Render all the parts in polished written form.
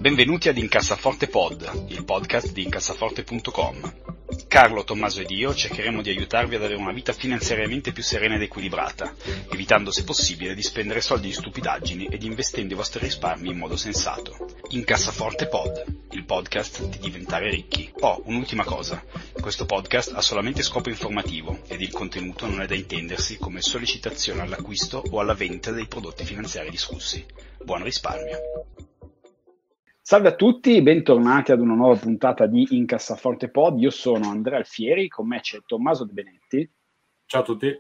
Benvenuti ad Incassaforte Pod, il podcast di incassaforte.com. Carlo, Tommaso ed io cercheremo di aiutarvi ad avere una vita finanziariamente più serena ed equilibrata, evitando se possibile di spendere soldi in stupidaggini ed investendo i vostri risparmi in modo sensato. Incassaforte Pod, il podcast di diventare ricchi. Oh, un'ultima cosa, questo podcast ha solamente scopo informativo ed il contenuto non è da intendersi come sollecitazione all'acquisto o alla vendita dei prodotti finanziari discussi. Buon risparmio! Salve a tutti, bentornati ad una nuova puntata di Incassaforte Pod. Io sono Andrea Alfieri, con me c'è Tommaso De Benetti. Ciao a tutti.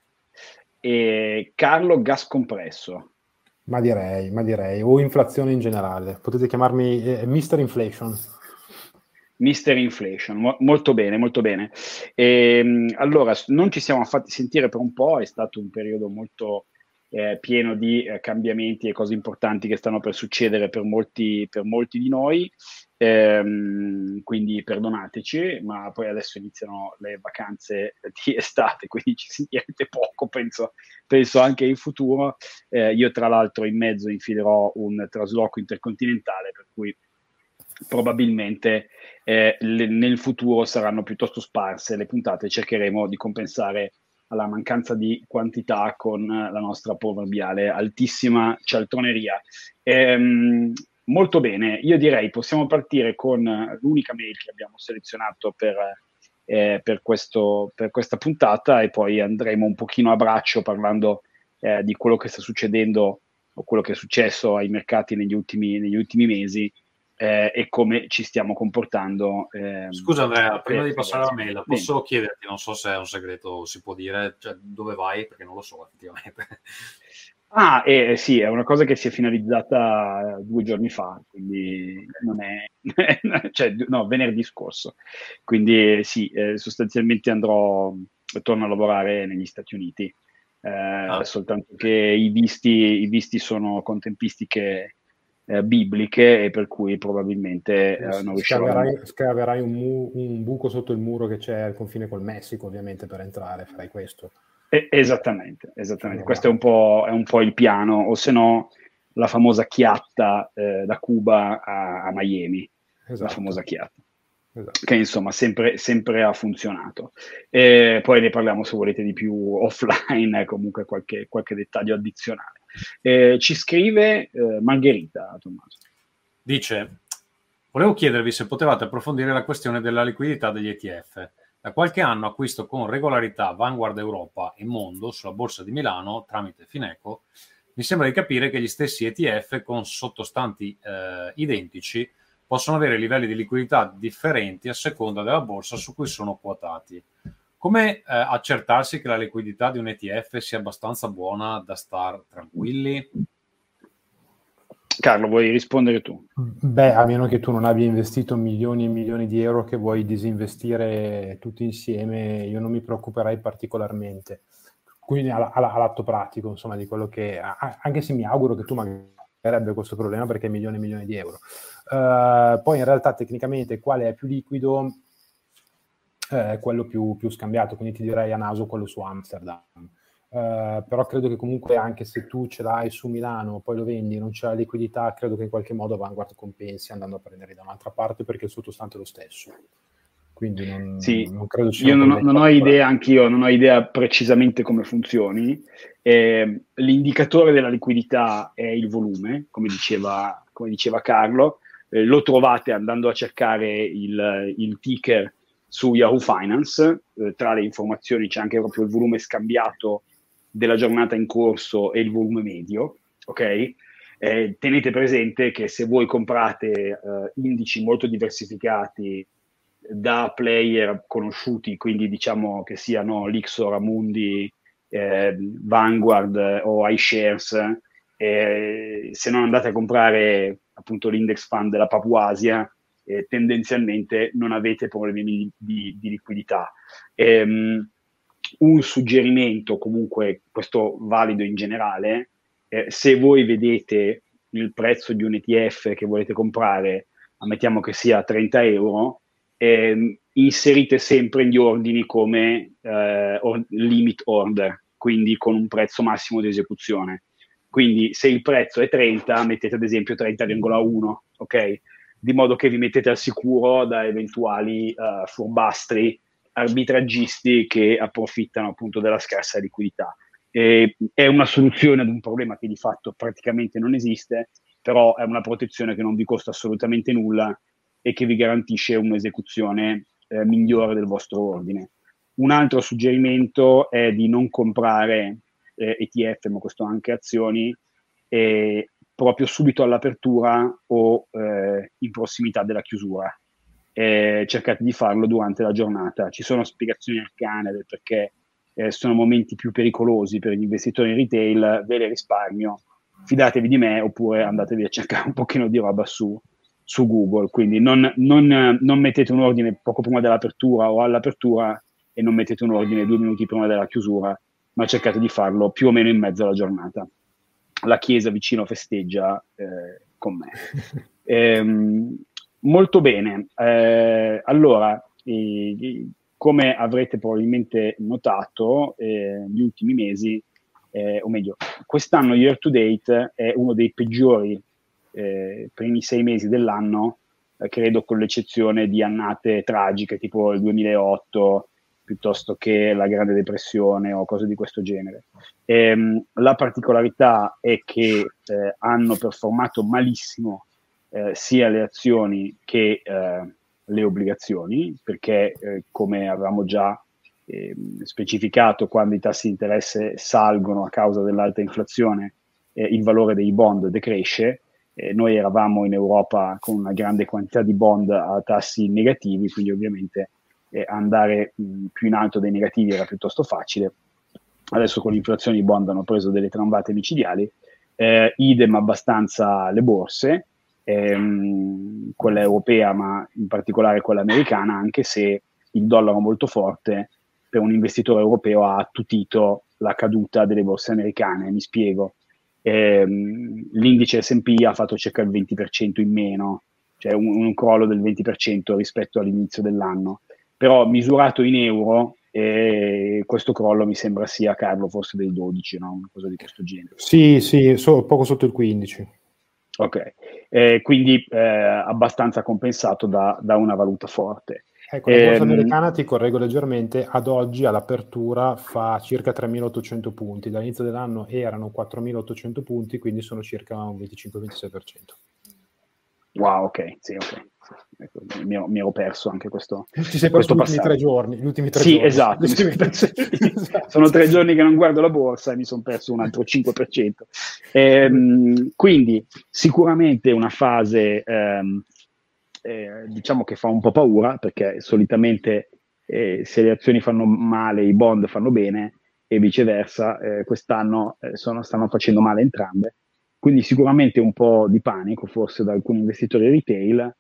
E Carlo Gascompresso. Ma direi, o inflazione in generale. Potete chiamarmi Mr. Inflation. Mr. Inflation, molto bene, molto bene. Allora, non ci siamo fatti sentire per un po', è stato un periodo molto pieno di cambiamenti e cose importanti che stanno per succedere per molti di noi, quindi perdonateci, ma poi adesso iniziano le vacanze di estate, quindi ci sentirete poco, penso anche in futuro. Io tra l'altro in mezzo infilerò un trasloco intercontinentale, per cui probabilmente nel futuro saranno piuttosto sparse le puntate, cercheremo di compensare alla mancanza di quantità con la nostra proverbiale altissima cialtroneria. Molto bene, io direi possiamo partire con l'unica mail che abbiamo selezionato per questa puntata e poi andremo un pochino a braccio parlando di quello che sta succedendo o quello che è successo ai mercati negli ultimi mesi e come ci stiamo comportando. Scusa Andrea, prima di passare alla mail, posso chiederti, non so se è un segreto, si può dire, cioè, dove vai? Perché non lo so effettivamente. Sì, è una cosa che si è finalizzata 2 giorni fa, quindi non è cioè, no, venerdì scorso. Quindi sì, sostanzialmente torno a lavorare negli Stati Uniti, soltanto che i visti sono con tempistiche bibliche e per cui probabilmente non riuscirò scaverai un buco sotto il muro che c'è al confine col Messico, ovviamente, per entrare, farai questo. Esattamente. Questo è un po' il piano, o se no la famosa chiatta da Cuba a Miami. Esatto. La famosa chiatta. Esatto. Che insomma sempre ha funzionato. Poi ne parliamo se volete di più offline, comunque qualche dettaglio addizionale. Ci scrive Margherita, Tommaso. Dice: volevo chiedervi se potevate approfondire la questione della liquidità degli ETF. Da qualche anno acquisto con regolarità Vanguard Europa e Mondo sulla borsa di Milano tramite Fineco. Mi sembra di capire che gli stessi ETF con sottostanti identici possono avere livelli di liquidità differenti a seconda della borsa su cui sono quotati. Come accertarsi che la liquidità di un ETF sia abbastanza buona da star tranquilli? Carlo, vuoi rispondere tu? Beh, a meno che tu non abbia investito milioni e milioni di euro che vuoi disinvestire tutti insieme, io non mi preoccuperei particolarmente. Quindi all'atto pratico, insomma, di quello che... Anche se mi auguro che tu magari abbia questo problema perché hai milioni e milioni di euro. Poi in realtà tecnicamente quale è più liquido? Quello più scambiato, quindi ti direi a naso quello su Amsterdam. Però credo che comunque anche se tu ce l'hai su Milano, poi lo vendi, non c'è la liquidità, credo che in qualche modo Vanguard compensi andando a prendere da un'altra parte perché il sottostante è lo stesso. Quindi non credo sia. Io non ho idea, anch'io non ho idea precisamente come funzioni. L'indicatore della liquidità è il volume, come diceva Carlo. Lo trovate andando a cercare il ticker su Yahoo Finance. Tra le informazioni c'è anche proprio il volume scambiato della giornata in corso e il volume medio, ok? Tenete presente che se voi comprate indici molto diversificati da player conosciuti, quindi diciamo che siano Lixor, Amundi, Vanguard o iShares, se non andate a comprare appunto l'index fund della Papuasia, tendenzialmente non avete problemi di liquidità. Un suggerimento, comunque questo valido in generale, se voi vedete il prezzo di un ETF che volete comprare, ammettiamo che sia 30 euro, inserite sempre gli ordini come limit order, quindi con un prezzo massimo di esecuzione. Quindi se il prezzo è 30, mettete ad esempio 30,1, ok? Di modo che vi mettete al sicuro da eventuali furbastri arbitraggisti che approfittano appunto della scarsa liquidità. È una soluzione ad un problema che di fatto praticamente non esiste, però è una protezione che non vi costa assolutamente nulla e che vi garantisce un'esecuzione migliore del vostro ordine. Un altro suggerimento è di non comprare ETF, ma questo anche azioni, proprio subito all'apertura o in prossimità della chiusura. Cercate di farlo durante la giornata. Ci sono spiegazioni arcane del perché sono momenti più pericolosi per gli investitori in retail, ve le risparmio, fidatevi di me oppure andatevi a cercare un pochino di roba su Google. Quindi non mettete un ordine poco prima dell'apertura o all'apertura e non mettete un ordine 2 minuti prima della chiusura, ma cercate di farlo più o meno in mezzo alla giornata. La chiesa vicino festeggia con me. Molto bene. Allora, come avrete probabilmente notato, gli ultimi mesi, o meglio, quest'anno year to date è uno dei peggiori primi 6 mesi dell'anno, credo con l'eccezione di annate tragiche tipo il 2008, piuttosto che la Grande Depressione o cose di questo genere. La particolarità è che hanno performato malissimo sia le azioni che le obbligazioni, perché come avevamo già specificato, quando i tassi di interesse salgono a causa dell'alta inflazione, il valore dei bond decresce. Noi eravamo in Europa con una grande quantità di bond a tassi negativi, quindi ovviamente andare più in alto dei negativi era piuttosto facile. Adesso con l'inflazione i bond hanno preso delle trambate micidiali, idem abbastanza le borse, quella europea ma in particolare quella americana, anche se il dollaro molto forte per un investitore europeo ha attutito la caduta delle borse americane. Mi spiego. L'indice S&P ha fatto circa il 20% in meno, cioè un crollo del 20% rispetto all'inizio dell'anno, però misurato in euro questo crollo mi sembra sia, Carlo, forse del 12, no? Una cosa di questo genere. Sì, poco sotto il 15. Ok, quindi abbastanza compensato da una valuta forte. Ecco, la borsa americana, ti correggo leggermente, ad oggi all'apertura fa circa 3.800 punti, dall'inizio dell'anno erano 4.800 punti, quindi sono circa un 25-26%. Wow, ok, sì, ok. Ecco, mi ero perso anche questo. Ti sei perso gli ultimi 3 giorni. Gli ultimi 3 sì, giorni. Esatto. Sono 3 giorni che non guardo la borsa e mi sono perso un altro 5%. Quindi sicuramente una fase diciamo che fa un po' paura, perché solitamente se le azioni fanno male i bond fanno bene e viceversa. Quest'anno stanno facendo male entrambe, quindi sicuramente un po' di panico forse da alcuni investitori retail,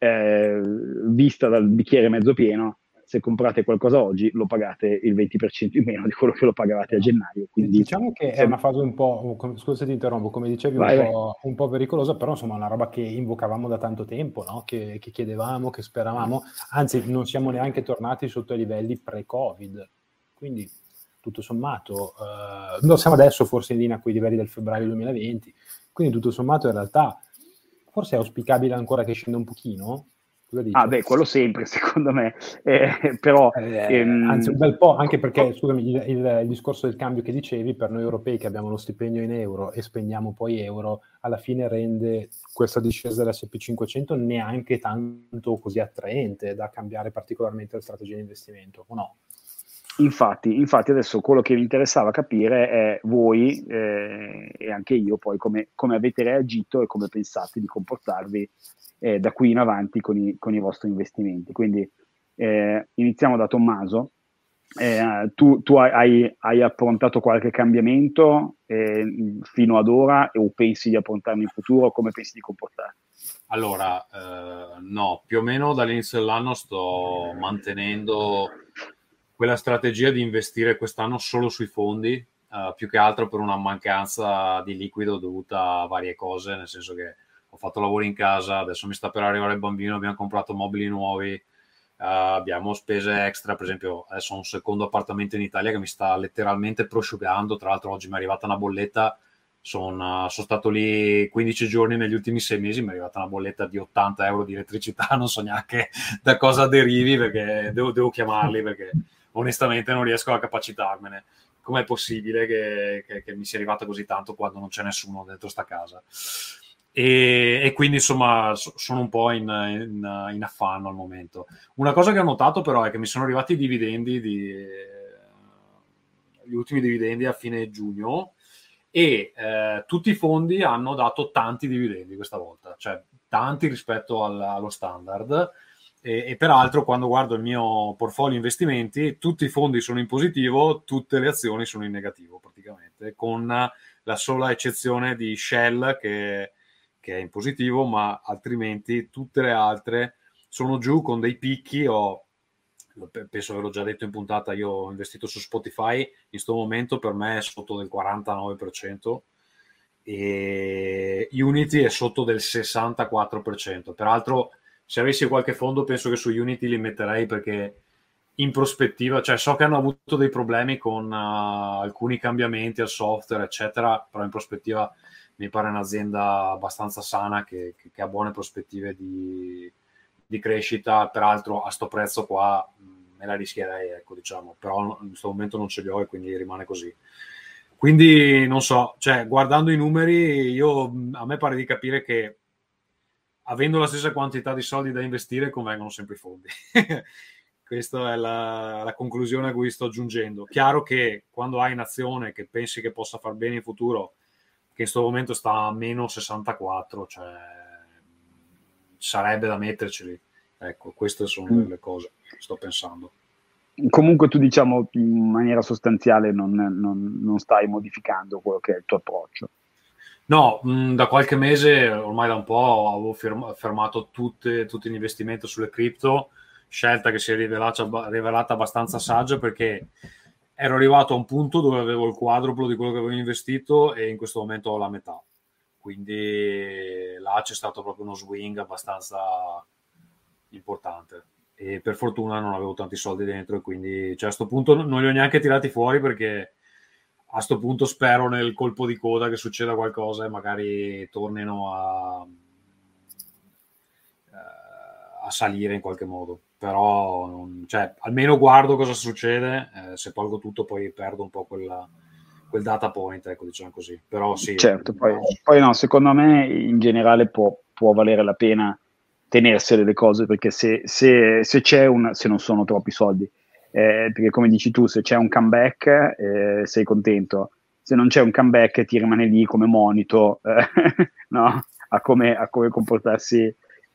vista dal bicchiere mezzo pieno. Se comprate qualcosa oggi lo pagate il 20% in meno di quello che lo pagavate a gennaio. Quindi, diciamo che è una fase un po', scusa se ti interrompo, come dicevi, un po' pericolosa, però insomma è una roba che invocavamo da tanto tempo, no? Che chiedevamo, che speravamo, anzi non siamo neanche tornati sotto i livelli pre-Covid, quindi tutto sommato, non siamo adesso forse in linea con i livelli del febbraio 2020, quindi tutto sommato in realtà forse è auspicabile ancora che scenda un pochino. Beh, quello sempre, secondo me, però... anzi, un bel po', anche perché, scusami, il discorso del cambio che dicevi, per noi europei che abbiamo lo stipendio in euro e spendiamo poi euro, alla fine rende questa discesa dell'S&P 500 neanche tanto così attraente da cambiare particolarmente la strategia di investimento, o no? Infatti adesso quello che mi interessava capire è voi e anche io poi come avete reagito e come pensate di comportarvi da qui in avanti con i vostri investimenti. Quindi iniziamo da Tommaso. Tu hai approntato qualche cambiamento fino ad ora o pensi di approntarne in futuro? Come pensi di comportarti? Allora, no, più o meno dall'inizio dell'anno sto mantenendo quella strategia di investire quest'anno solo sui fondi, più che altro per una mancanza di liquido dovuta a varie cose, nel senso che ho fatto lavoro in casa, adesso mi sta per arrivare il bambino, abbiamo comprato mobili nuovi, abbiamo spese extra, per esempio adesso ho un secondo appartamento in Italia che mi sta letteralmente prosciugando, tra l'altro oggi mi è arrivata una bolletta sono stato lì 15 giorni negli ultimi 6 mesi, mi è arrivata una bolletta di 80 euro di elettricità, non so neanche da cosa derivi, perché devo chiamarli, perché onestamente non riesco a capacitarmene. Com'è possibile che mi sia arrivata così tanto quando non c'è nessuno dentro sta casa? E quindi insomma sono un po' in affanno al momento. Una cosa che ho notato però è che mi sono arrivati i dividendi gli ultimi dividendi a fine giugno, e tutti i fondi hanno dato tanti dividendi questa volta, cioè tanti rispetto allo standard, e peraltro quando guardo il mio portfolio investimenti tutti i fondi sono in positivo, tutte le azioni sono in negativo praticamente, con la sola eccezione di Shell che è in positivo, ma altrimenti tutte le altre sono giù con dei picchi. Penso che l'ho già detto in puntata, io ho investito su Spotify, in questo momento per me è sotto del 49%, e Unity è sotto del 64%. Peraltro, se avessi qualche fondo, penso che su Unity li metterei, perché in prospettiva, cioè so che hanno avuto dei problemi con alcuni cambiamenti al software, eccetera, però in prospettiva mi pare un'azienda abbastanza sana che ha buone prospettive di crescita. Peraltro a sto prezzo qua me la rischierei, ecco, diciamo, però in questo momento non ce li ho e quindi rimane così. Quindi non so, cioè guardando i numeri a me pare di capire che avendo la stessa quantità di soldi da investire convengono sempre i fondi. Questa è la conclusione a cui sto giungendo. Chiaro che quando hai un'azione che pensi che possa far bene in futuro, che in questo momento sta a meno 64, cioè sarebbe da metterceli. Ecco, queste sono le cose che sto pensando. Comunque tu, diciamo, in maniera sostanziale non stai modificando quello che è il tuo approccio. No, da qualche mese, ormai da un po', avevo fermato tutti gli investimenti sulle cripto, scelta che si è rivelata abbastanza saggia, perché ero arrivato a un punto dove avevo il quadruplo di quello che avevo investito e in questo momento ho la metà. Quindi là c'è stato proprio uno swing abbastanza importante, e per fortuna non avevo tanti soldi dentro, e quindi cioè, a sto punto non li ho neanche tirati fuori, perché a sto punto spero nel colpo di coda che succeda qualcosa e magari tornino a salire in qualche modo. Però cioè, almeno guardo cosa succede, se tolgo tutto poi perdo un po' quel data point, ecco, diciamo così. Però sì. Certo, poi no, secondo me in generale può valere la pena tenersele le cose, perché se non sono troppi soldi, perché come dici tu, se c'è un comeback sei contento, se non c'è un comeback ti rimane lì come monito no? a come comportarsi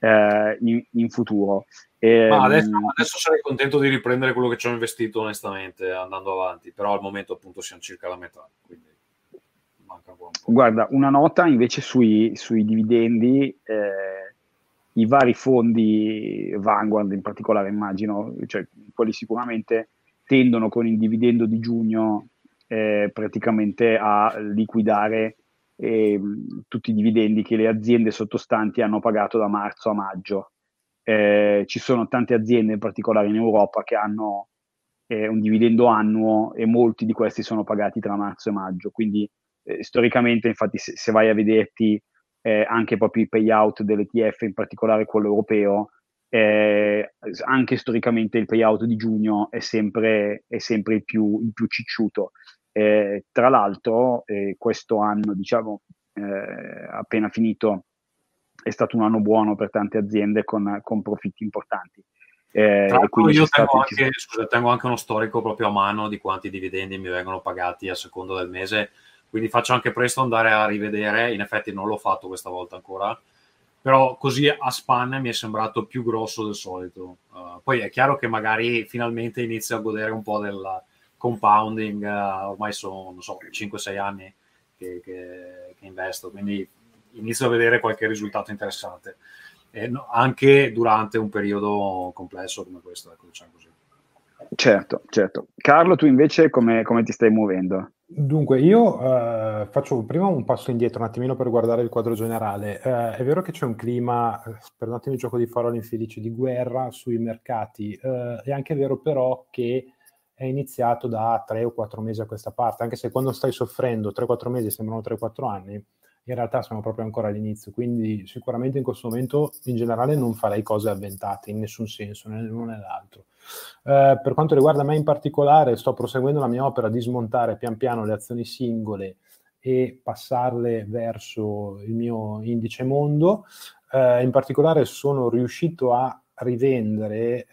in futuro. Ma adesso sarei contento di riprendere quello che ci ho investito onestamente andando avanti, però al momento appunto siamo circa la metà, quindi manca un po'. Guarda, una nota invece sui dividendi, i vari fondi Vanguard in particolare, immagino, cioè quelli sicuramente tendono con il dividendo di giugno praticamente a liquidare tutti i dividendi che le aziende sottostanti hanno pagato da marzo a maggio. Ci sono tante aziende, in particolare in Europa, che hanno un dividendo annuo, e molti di questi sono pagati tra marzo e maggio. Quindi storicamente, infatti, se vai a vederti anche proprio i payout dell'ETF, in particolare quello europeo, anche storicamente il payout di giugno è sempre il più cicciuto. Tra l'altro questo anno, diciamo, appena finito, è stato un anno buono per tante aziende con profitti importanti. Io tengo anche uno storico proprio a mano di quanti dividendi mi vengono pagati a seconda del mese, quindi faccio anche presto andare a rivedere. In effetti non l'ho fatto questa volta ancora, però così a spanne mi è sembrato più grosso del solito. Poi è chiaro che magari finalmente inizio a godere un po' del compounding, ormai sono, non so, 5-6 anni che investo, quindi inizio a vedere qualche risultato interessante, anche durante un periodo complesso come questo, ecco, diciamo così. Certo. Carlo, tu invece come ti stai muovendo? Dunque, io faccio prima un passo indietro un attimino per guardare il quadro generale. È vero che c'è un clima, perdonatemi il gioco di parole infelice, di guerra sui mercati. È anche vero però che è iniziato da 3 o 4 mesi a questa parte, anche se quando stai soffrendo 3-4 mesi sembrano 3-4 anni, in realtà siamo proprio ancora all'inizio, quindi sicuramente in questo momento in generale non farei cose avventate in nessun senso, né l'uno né l'altro. Per quanto riguarda me in particolare, sto proseguendo la mia opera di smontare pian piano le azioni singole e passarle verso il mio indice mondo. In particolare sono riuscito a rivendere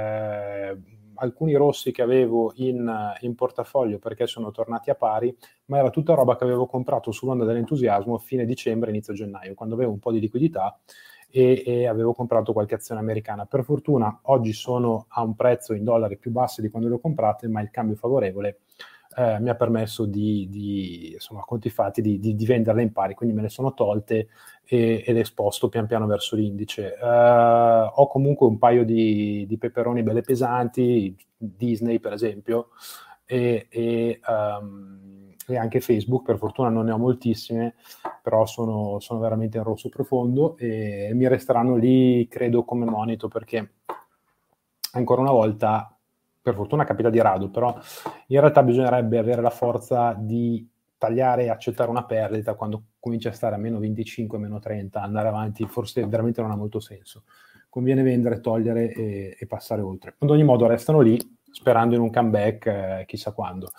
alcuni rossi che avevo in portafoglio perché sono tornati a pari, ma era tutta roba che avevo comprato sull'onda dell'entusiasmo a fine dicembre, inizio gennaio, quando avevo un po' di liquidità e avevo comprato qualche azione americana. Per fortuna oggi sono a un prezzo in dollari più basso di quando le ho comprate, ma il cambio favorevole mi ha permesso insomma, a conti fatti, di venderle in pari, quindi me le sono tolte e le sposto pian piano verso l'indice. Ho comunque un paio di peperoni belle pesanti, Disney per esempio, e anche Facebook, per fortuna non ne ho moltissime, però sono veramente in rosso profondo e mi resteranno lì, credo, come monito, perché ancora una volta, per fortuna capita di rado, però in realtà bisognerebbe avere la forza di tagliare e accettare una perdita quando comincia a stare a meno 25, meno 30, andare avanti forse veramente non ha molto senso. Conviene vendere, togliere e passare oltre. Ad ogni modo restano lì sperando in un comeback chissà quando.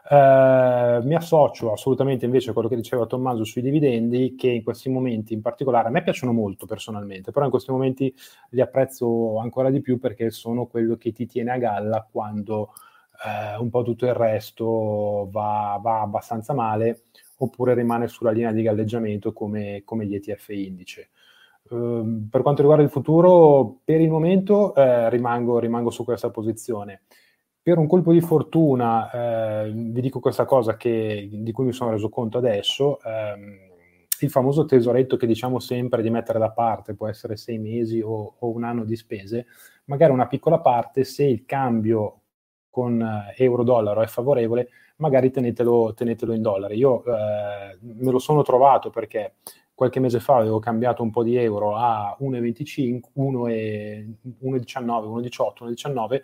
Mi associo assolutamente invece a quello che diceva Tommaso sui dividendi, che in questi momenti in particolare a me piacciono molto personalmente, però in questi momenti li apprezzo ancora di più perché sono quello che ti tiene a galla quando un po' tutto il resto va abbastanza male oppure rimane sulla linea di galleggiamento come gli ETF indice. Per quanto riguarda il futuro, per il momento rimango su questa posizione. Per un colpo di fortuna, vi dico questa cosa di cui mi sono reso conto adesso, il famoso tesoretto che diciamo sempre di mettere da parte, può essere 6 mesi o un anno di spese, magari una piccola parte, se il cambio con euro-dollaro è favorevole, magari tenetelo in dollari. Io me lo sono trovato perché qualche mese fa avevo cambiato un po' di euro a 1,25, 1,19, 1,18, 1,19,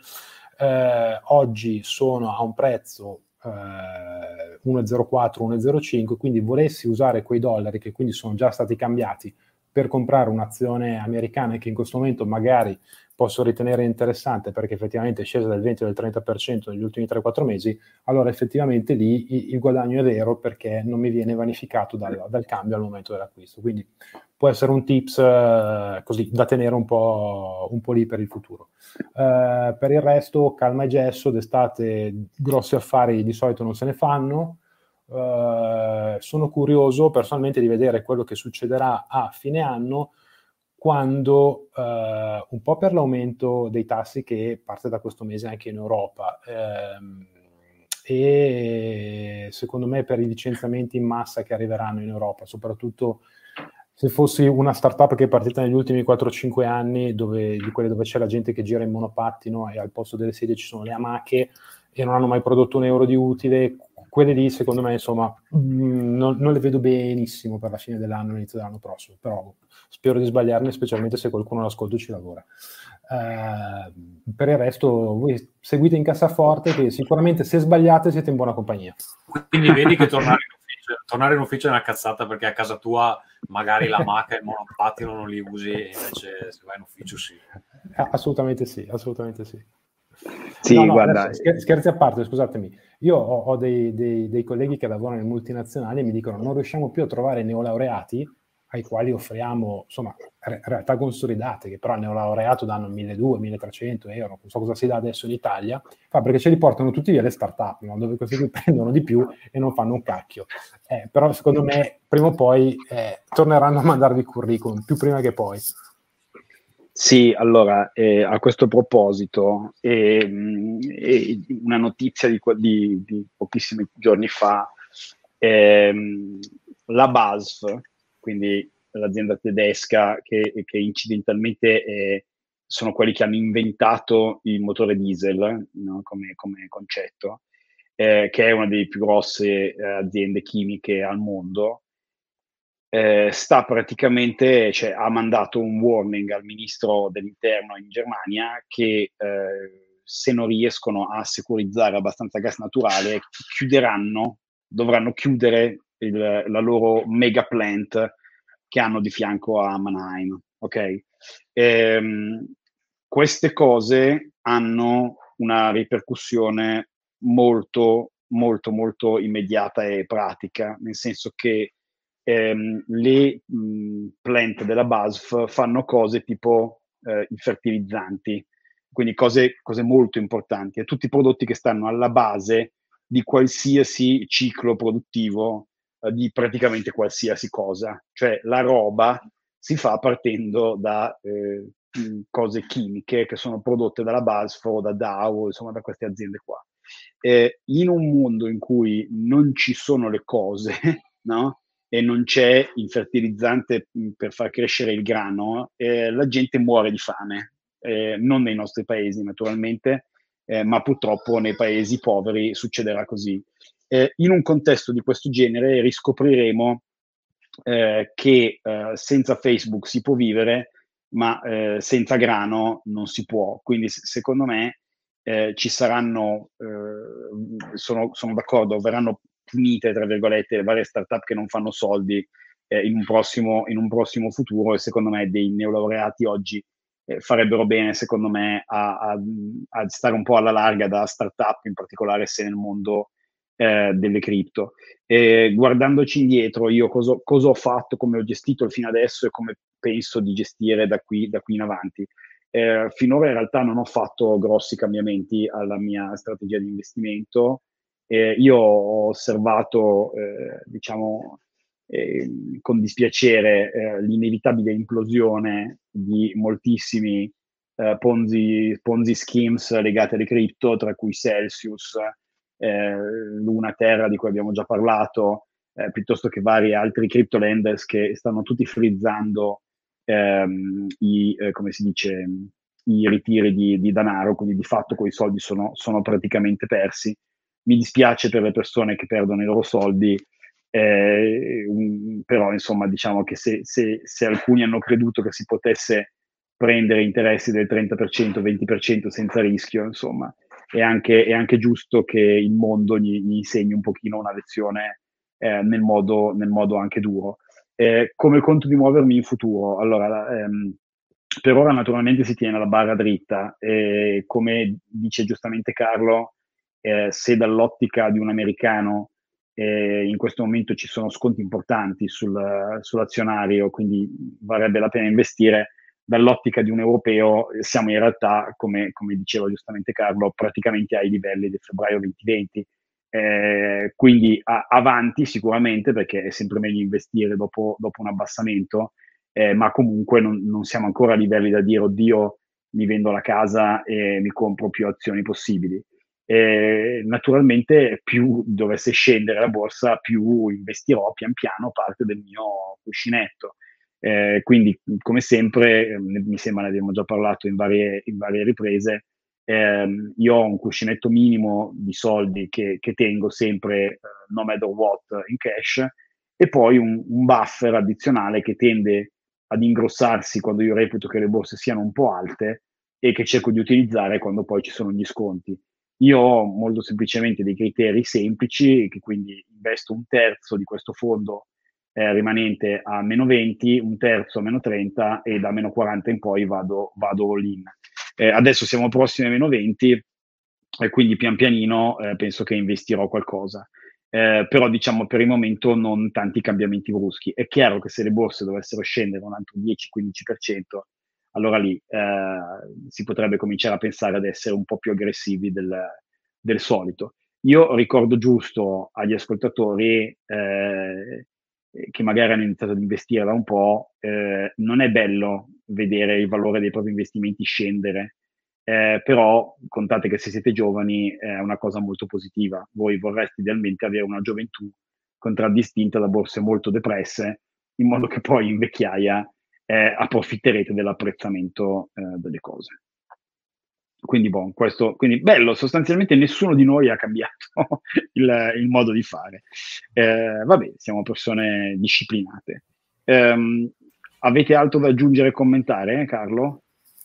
oggi sono a un prezzo 1,04, 1,05, quindi volessi usare quei dollari che quindi sono già stati cambiati per comprare un'azione americana che in questo momento magari posso ritenere interessante perché effettivamente è scesa del 20 o del 30% negli ultimi 3-4 mesi, allora effettivamente lì il guadagno è vero perché non mi viene vanificato dal cambio al momento dell'acquisto. Quindi può essere un tips così da tenere un po' lì per il futuro. Per il resto calma e gesso, d'estate grossi affari di solito non se ne fanno. Sono curioso personalmente di vedere quello che succederà a fine anno quando un po' per l'aumento dei tassi che parte da questo mese anche in Europa e secondo me per i licenziamenti in massa che arriveranno in Europa, soprattutto se fossi una startup che è partita negli ultimi 4-5 anni di quelle dove c'è la gente che gira in monopattino e al posto delle sedie ci sono le amache e non hanno mai prodotto un euro di utile, quelle lì secondo me insomma non le vedo benissimo per la fine dell'anno, l'inizio dell'anno prossimo, però spero di sbagliarmi, specialmente se qualcuno all'ascolto ci lavora. Per il resto voi seguite in cassaforte che sicuramente se sbagliate siete in buona compagnia. Quindi vedi che tornare in ufficio è una cazzata perché a casa tua magari la maca e il monopattino non li usi e invece se vai in ufficio sì. Assolutamente sì, assolutamente sì. Sì, no, guarda, adesso, scherzi a parte, scusatemi, io ho dei colleghi che lavorano in multinazionali e mi dicono non riusciamo più a trovare neolaureati ai quali offriamo insomma realtà consolidate che però al neolaureato danno 1.200-1.300 euro, non so cosa si dà adesso in Italia, perché ce li portano tutti via le start-up, no? Dove questi qui prendono di più e non fanno un cacchio, però secondo me prima o poi torneranno a mandarvi curriculum, più prima che poi. Sì, allora, a questo proposito, una notizia di pochissimi giorni fa, la BASF, quindi l'azienda tedesca che incidentalmente sono quelli che hanno inventato il motore diesel, no, come concetto, che è una delle più grosse aziende chimiche al mondo, sta praticamente, ha mandato un warning al ministro dell'interno in Germania che se non riescono a securizzare abbastanza gas naturale, dovranno chiudere la loro mega plant che hanno di fianco a Mannheim, ok? Queste cose hanno una ripercussione molto, molto, molto immediata e pratica, nel senso che le plant della BASF fanno cose tipo i fertilizzanti, quindi cose molto importanti, e tutti i prodotti che stanno alla base di qualsiasi ciclo produttivo di praticamente qualsiasi cosa, cioè la roba si fa partendo da cose chimiche che sono prodotte dalla BASF o da Dow, insomma da queste aziende qua. In un mondo in cui non ci sono le cose, no? E non c'è il fertilizzante per far crescere il grano, la gente muore di fame, non nei nostri paesi naturalmente, ma purtroppo nei paesi poveri succederà così. In un contesto di questo genere riscopriremo che senza Facebook si può vivere, ma senza grano non si può. Quindi secondo me ci saranno, sono d'accordo, verranno punite, tra virgolette, le varie startup che non fanno soldi in un prossimo futuro, e secondo me dei neolaureati oggi farebbero bene, secondo me, a stare un po' alla larga da startup, in particolare se nel mondo delle cripto. Guardandoci indietro, io cosa ho fatto, come ho gestito fino adesso e come penso di gestire da qui in avanti. Finora in realtà non ho fatto grossi cambiamenti alla mia strategia di investimento. Io ho osservato, diciamo, con dispiacere l'inevitabile implosione di moltissimi Ponzi schemes legati alle cripto, tra cui Celsius, Luna Terra, di cui abbiamo già parlato, piuttosto che vari altri crypto lenders che stanno tutti frizzando come si dice, i ritiri di denaro, quindi di fatto quei soldi sono praticamente persi. Mi dispiace per le persone che perdono i loro soldi, però insomma diciamo che se alcuni hanno creduto che si potesse prendere interessi del 30%, 20% senza rischio, insomma, è anche giusto che il mondo gli insegni un pochino una lezione nel modo anche duro. Come conto di muovermi in futuro? Allora, per ora naturalmente si tiene la barra dritta, e come dice giustamente Carlo, se dall'ottica di un americano in questo momento ci sono sconti importanti sull'azionario, quindi varrebbe la pena investire, dall'ottica di un europeo siamo in realtà, come diceva giustamente Carlo, praticamente ai livelli del febbraio 2020. Quindi avanti sicuramente, perché è sempre meglio investire dopo un abbassamento, ma comunque non siamo ancora a livelli da dire oddio, mi vendo la casa e mi compro più azioni possibili. Naturalmente più dovesse scendere la borsa, più investirò pian piano parte del mio cuscinetto. Quindi come sempre, mi sembra ne abbiamo già parlato in varie riprese, io ho un cuscinetto minimo di soldi che tengo sempre, no matter what, in cash, e poi un buffer addizionale che tende ad ingrossarsi quando io reputo che le borse siano un po' alte e che cerco di utilizzare quando poi ci sono gli sconti. Io ho molto semplicemente dei criteri semplici, che quindi investo un terzo di questo fondo rimanente a meno 20, un terzo a meno 30 e da meno 40 in poi vado all in. Adesso siamo prossimi a meno 20 e quindi pian pianino penso che investirò qualcosa. Però diciamo per il momento non tanti cambiamenti bruschi. È chiaro che se le borse dovessero scendere un altro 10-15%, allora lì si potrebbe cominciare a pensare ad essere un po' più aggressivi del solito. Io ricordo giusto agli ascoltatori che magari hanno iniziato ad investire da un po', non è bello vedere il valore dei propri investimenti scendere, però contate che se siete giovani è una cosa molto positiva. Voi vorreste idealmente avere una gioventù contraddistinta da borse molto depresse, in modo che poi in vecchiaia approfitterete dell'apprezzamento delle cose. Quindi, quindi bello, sostanzialmente nessuno di noi ha cambiato il modo di fare. Vabbè, siamo persone disciplinate. Avete altro da aggiungere e commentare, Carlo?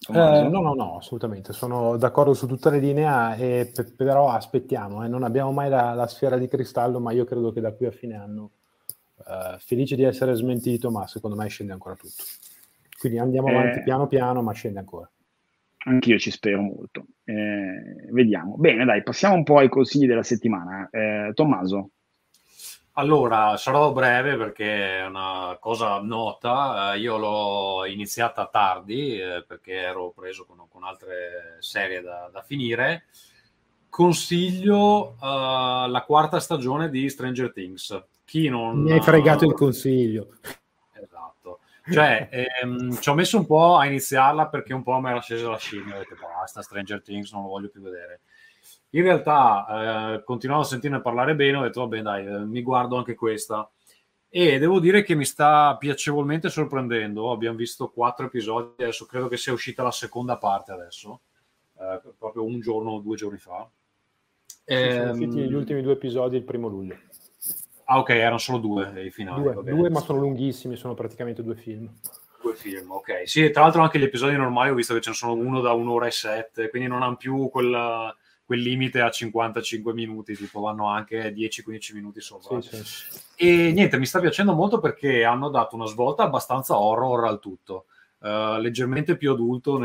Tommaso? No, assolutamente, sono d'accordo su tutta la linea, però aspettiamo, non abbiamo mai la sfera di cristallo, ma io credo che da qui a fine anno, felice di essere smentito, ma secondo me scende ancora tutto. Quindi andiamo avanti piano piano, ma scende ancora. Anch'io ci spero molto. Vediamo. Bene, dai, passiamo un po' ai consigli della settimana. Tommaso. Allora, sarò breve perché è una cosa nota. Io l'ho iniziata tardi perché ero preso con altre serie da finire. Consiglio la quarta stagione di Stranger Things. Chi non... Mi hai fregato il consiglio. Esatto. Cioè, ci ho messo un po' a iniziarla perché un po' mi era scesa la scimmia. Ho detto, basta, Stranger Things non lo voglio più vedere. In realtà, continuavo a sentirne parlare bene, ho detto, vabbè dai, mi guardo anche questa. E devo dire che mi sta piacevolmente sorprendendo. Abbiamo visto 4 episodi, adesso credo che sia uscita la seconda parte adesso, proprio un giorno o 2 giorni fa. Sì, sono usciti gli ultimi 2 episodi il 1 luglio. Ah, ok, erano solo 2 i finali. Due, ma sono lunghissimi, sono praticamente 2 film. 2 film, ok. Sì, tra l'altro anche gli episodi normali ho visto che ce ne sono uno da 1 ora e 7, quindi non hanno più quel limite a 55 minuti, tipo vanno anche 10-15 minuti sopra. Sì, sì. E niente, mi sta piacendo molto perché hanno dato una svolta abbastanza horror al tutto, leggermente più adulto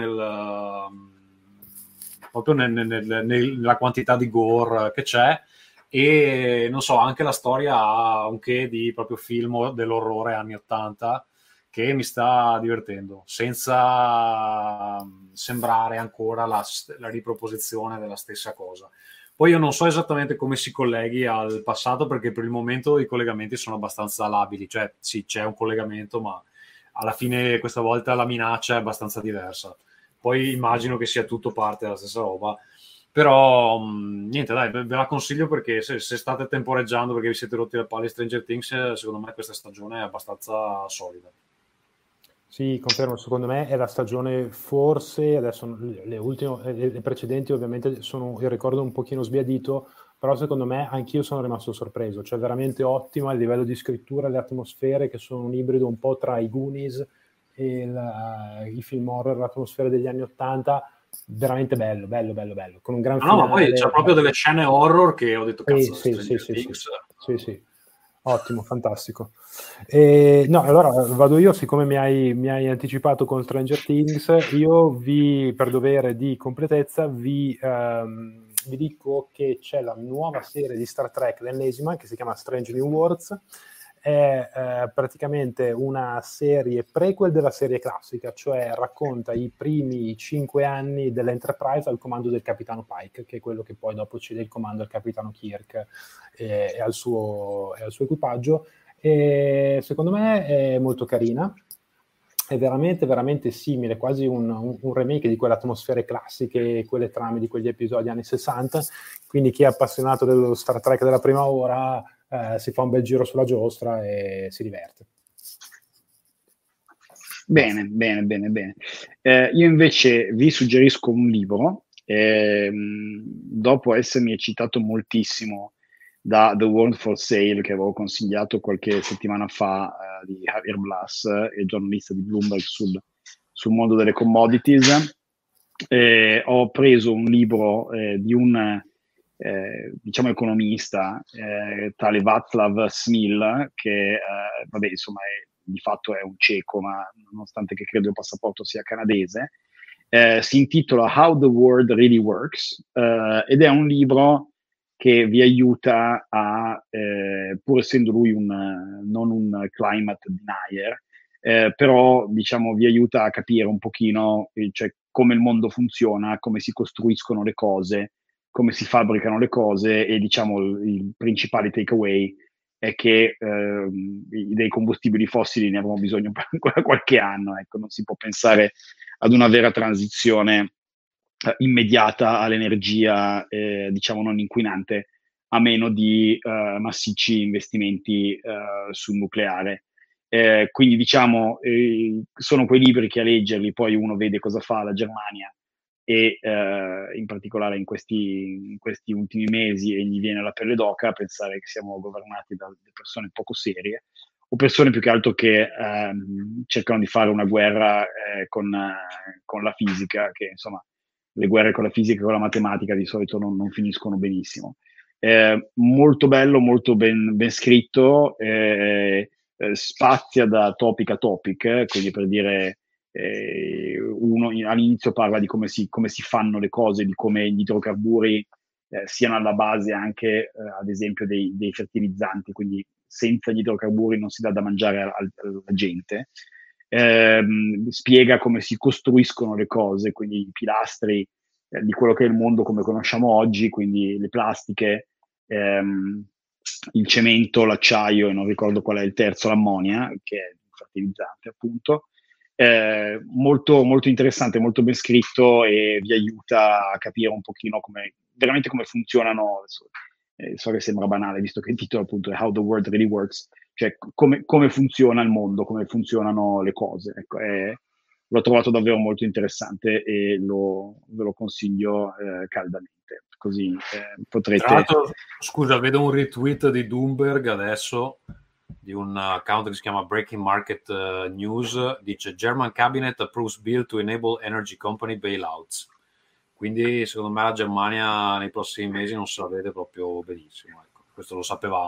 proprio nella quantità di gore che c'è, e non so, anche la storia ha un che di proprio film dell'orrore anni 80 che mi sta divertendo, senza sembrare ancora la riproposizione della stessa cosa. Poi io non so esattamente come si colleghi al passato, perché per il momento i collegamenti sono abbastanza labili, cioè sì, c'è un collegamento, ma alla fine questa volta la minaccia è abbastanza diversa. Poi immagino che sia tutto parte della stessa roba, però niente, dai, ve la consiglio perché se state temporeggiando perché vi siete rotti le palle Stranger Things, secondo me questa stagione è abbastanza solida. Sì, confermo, secondo me è la stagione forse, adesso le precedenti ovviamente sono il ricordo un pochino sbiadito, però secondo me anch'io sono rimasto sorpreso, cioè veramente ottima a livello di scrittura, le atmosfere che sono un ibrido un po' tra i Goonies e i film horror, l'atmosfera degli anni '80, veramente bello, con un gran finale. No, ma poi c'è proprio delle scene horror che ho detto, cazzo, sì. Ottimo, fantastico. No, allora vado io, siccome mi hai anticipato con Stranger Things, io per dovere di completezza vi dico che c'è la nuova serie di Star Trek, l'ennesima, che si chiama Strange New Worlds. È praticamente una serie prequel della serie classica, cioè racconta i primi 5 anni dell'Enterprise al comando del capitano Pike, che è quello che poi dopo cede il comando al capitano Kirk e al suo equipaggio. E secondo me è molto carina, è veramente simile, quasi un remake di quelle atmosfere classiche, quelle trame di quegli episodi anni 60, quindi chi è appassionato dello Star Trek della prima ora si fa un bel giro sulla giostra e si diverte. Bene. Io invece vi suggerisco un libro, dopo essermi eccitato moltissimo da The World for Sale, che avevo consigliato qualche settimana fa, di Javier Blas, il giornalista di Bloomberg sul mondo delle commodities. Ho preso un libro di un diciamo economista, tale Václav Smil, che vabbè, insomma di fatto è un ceco, ma nonostante che credo il passaporto sia canadese. Si intitola How the World Really Works, ed è un libro che vi aiuta a, pur essendo lui non un climate denier, però diciamo vi aiuta a capire un pochino cioè, come il mondo funziona, come si costruiscono le cose, come si fabbricano le cose, e diciamo il principale takeaway è che dei combustibili fossili ne avremo bisogno per ancora qualche anno, ecco, non si può pensare ad una vera transizione immediata all'energia, diciamo non inquinante, a meno di massicci investimenti sul nucleare. Quindi diciamo sono quei libri che a leggerli poi uno vede cosa fa la Germania, e in particolare in questi ultimi mesi, e gli viene la pelle d'oca a pensare che siamo governati da persone poco serie. o persone più che altro che cercano di fare una guerra con la fisica, che insomma le guerre con la fisica e con la matematica di solito non finiscono benissimo. Molto bello, molto ben scritto, spazia da topic a topic, quindi per dire uno all'inizio parla di come si fanno le cose, di come gli idrocarburi siano alla base anche ad esempio dei fertilizzanti, quindi senza gli idrocarburi non si dà da mangiare alla gente. Spiega come si costruiscono le cose, quindi i pilastri di quello che è il mondo come conosciamo oggi, quindi le plastiche, il cemento, l'acciaio e non ricordo qual è il terzo, l'ammonia, che è un fertilizzante appunto. Molto, molto interessante, molto ben scritto e vi aiuta a capire un pochino veramente come funzionano. So che sembra banale, visto che il titolo appunto è How the World Really Works, cioè come funziona il mondo, come funzionano le cose. Ecco, l'ho trovato davvero molto interessante e ve lo consiglio caldamente. Così potrete... Tra l'altro, scusa, vedo un retweet di Bloomberg adesso, di un account che si chiama Breaking Market News, dice German Cabinet approves bill to enable energy company bailouts. Quindi secondo me la Germania nei prossimi mesi non se la vede proprio benissimo, ecco. Questo lo sapevamo.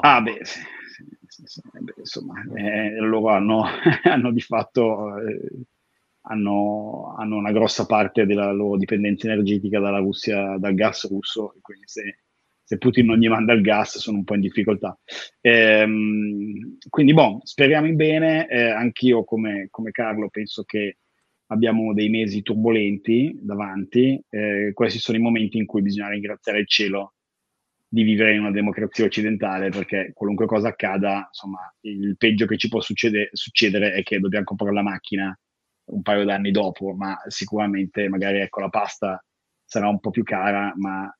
Beh, insomma, loro hanno di fatto hanno una grossa parte della loro dipendenza energetica dalla Russia, dal gas russo, e quindi se Putin non gli manda il gas sono un po' in difficoltà. Quindi speriamo in bene. Anch'io come Carlo penso che abbiamo dei mesi turbolenti davanti. Questi sono i momenti in cui bisogna ringraziare il cielo di vivere in una democrazia occidentale, perché qualunque cosa accada, insomma, il peggio che ci può succedere è che dobbiamo comprare la macchina un paio d'anni dopo, ma sicuramente magari ecco la pasta sarà un po' più cara, ma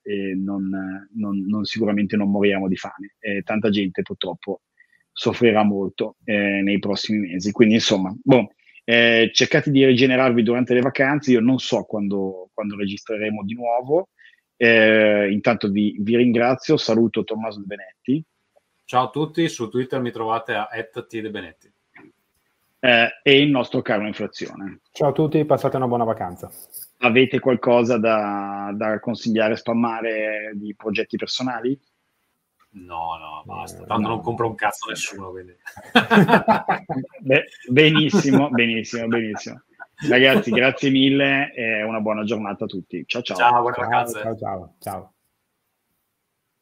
sicuramente non moriamo di fame. Tanta gente purtroppo soffrirà molto nei prossimi mesi. Quindi insomma, cercate di rigenerarvi durante le vacanze. Io non so quando registreremo di nuovo. Intanto vi ringrazio, saluto Tommaso De Benetti. Ciao a tutti, su Twitter mi trovate a @tdebenetti. E il nostro caro Inflazione. Ciao a tutti, passate una buona vacanza. Avete qualcosa da consigliare, spammare di progetti personali? No, basta. Tanto non compro un cazzo nessuno, quindi. Benissimo. Ragazzi, grazie mille e una buona giornata a tutti. Ciao. Ciao, buone vacanze. Ciao.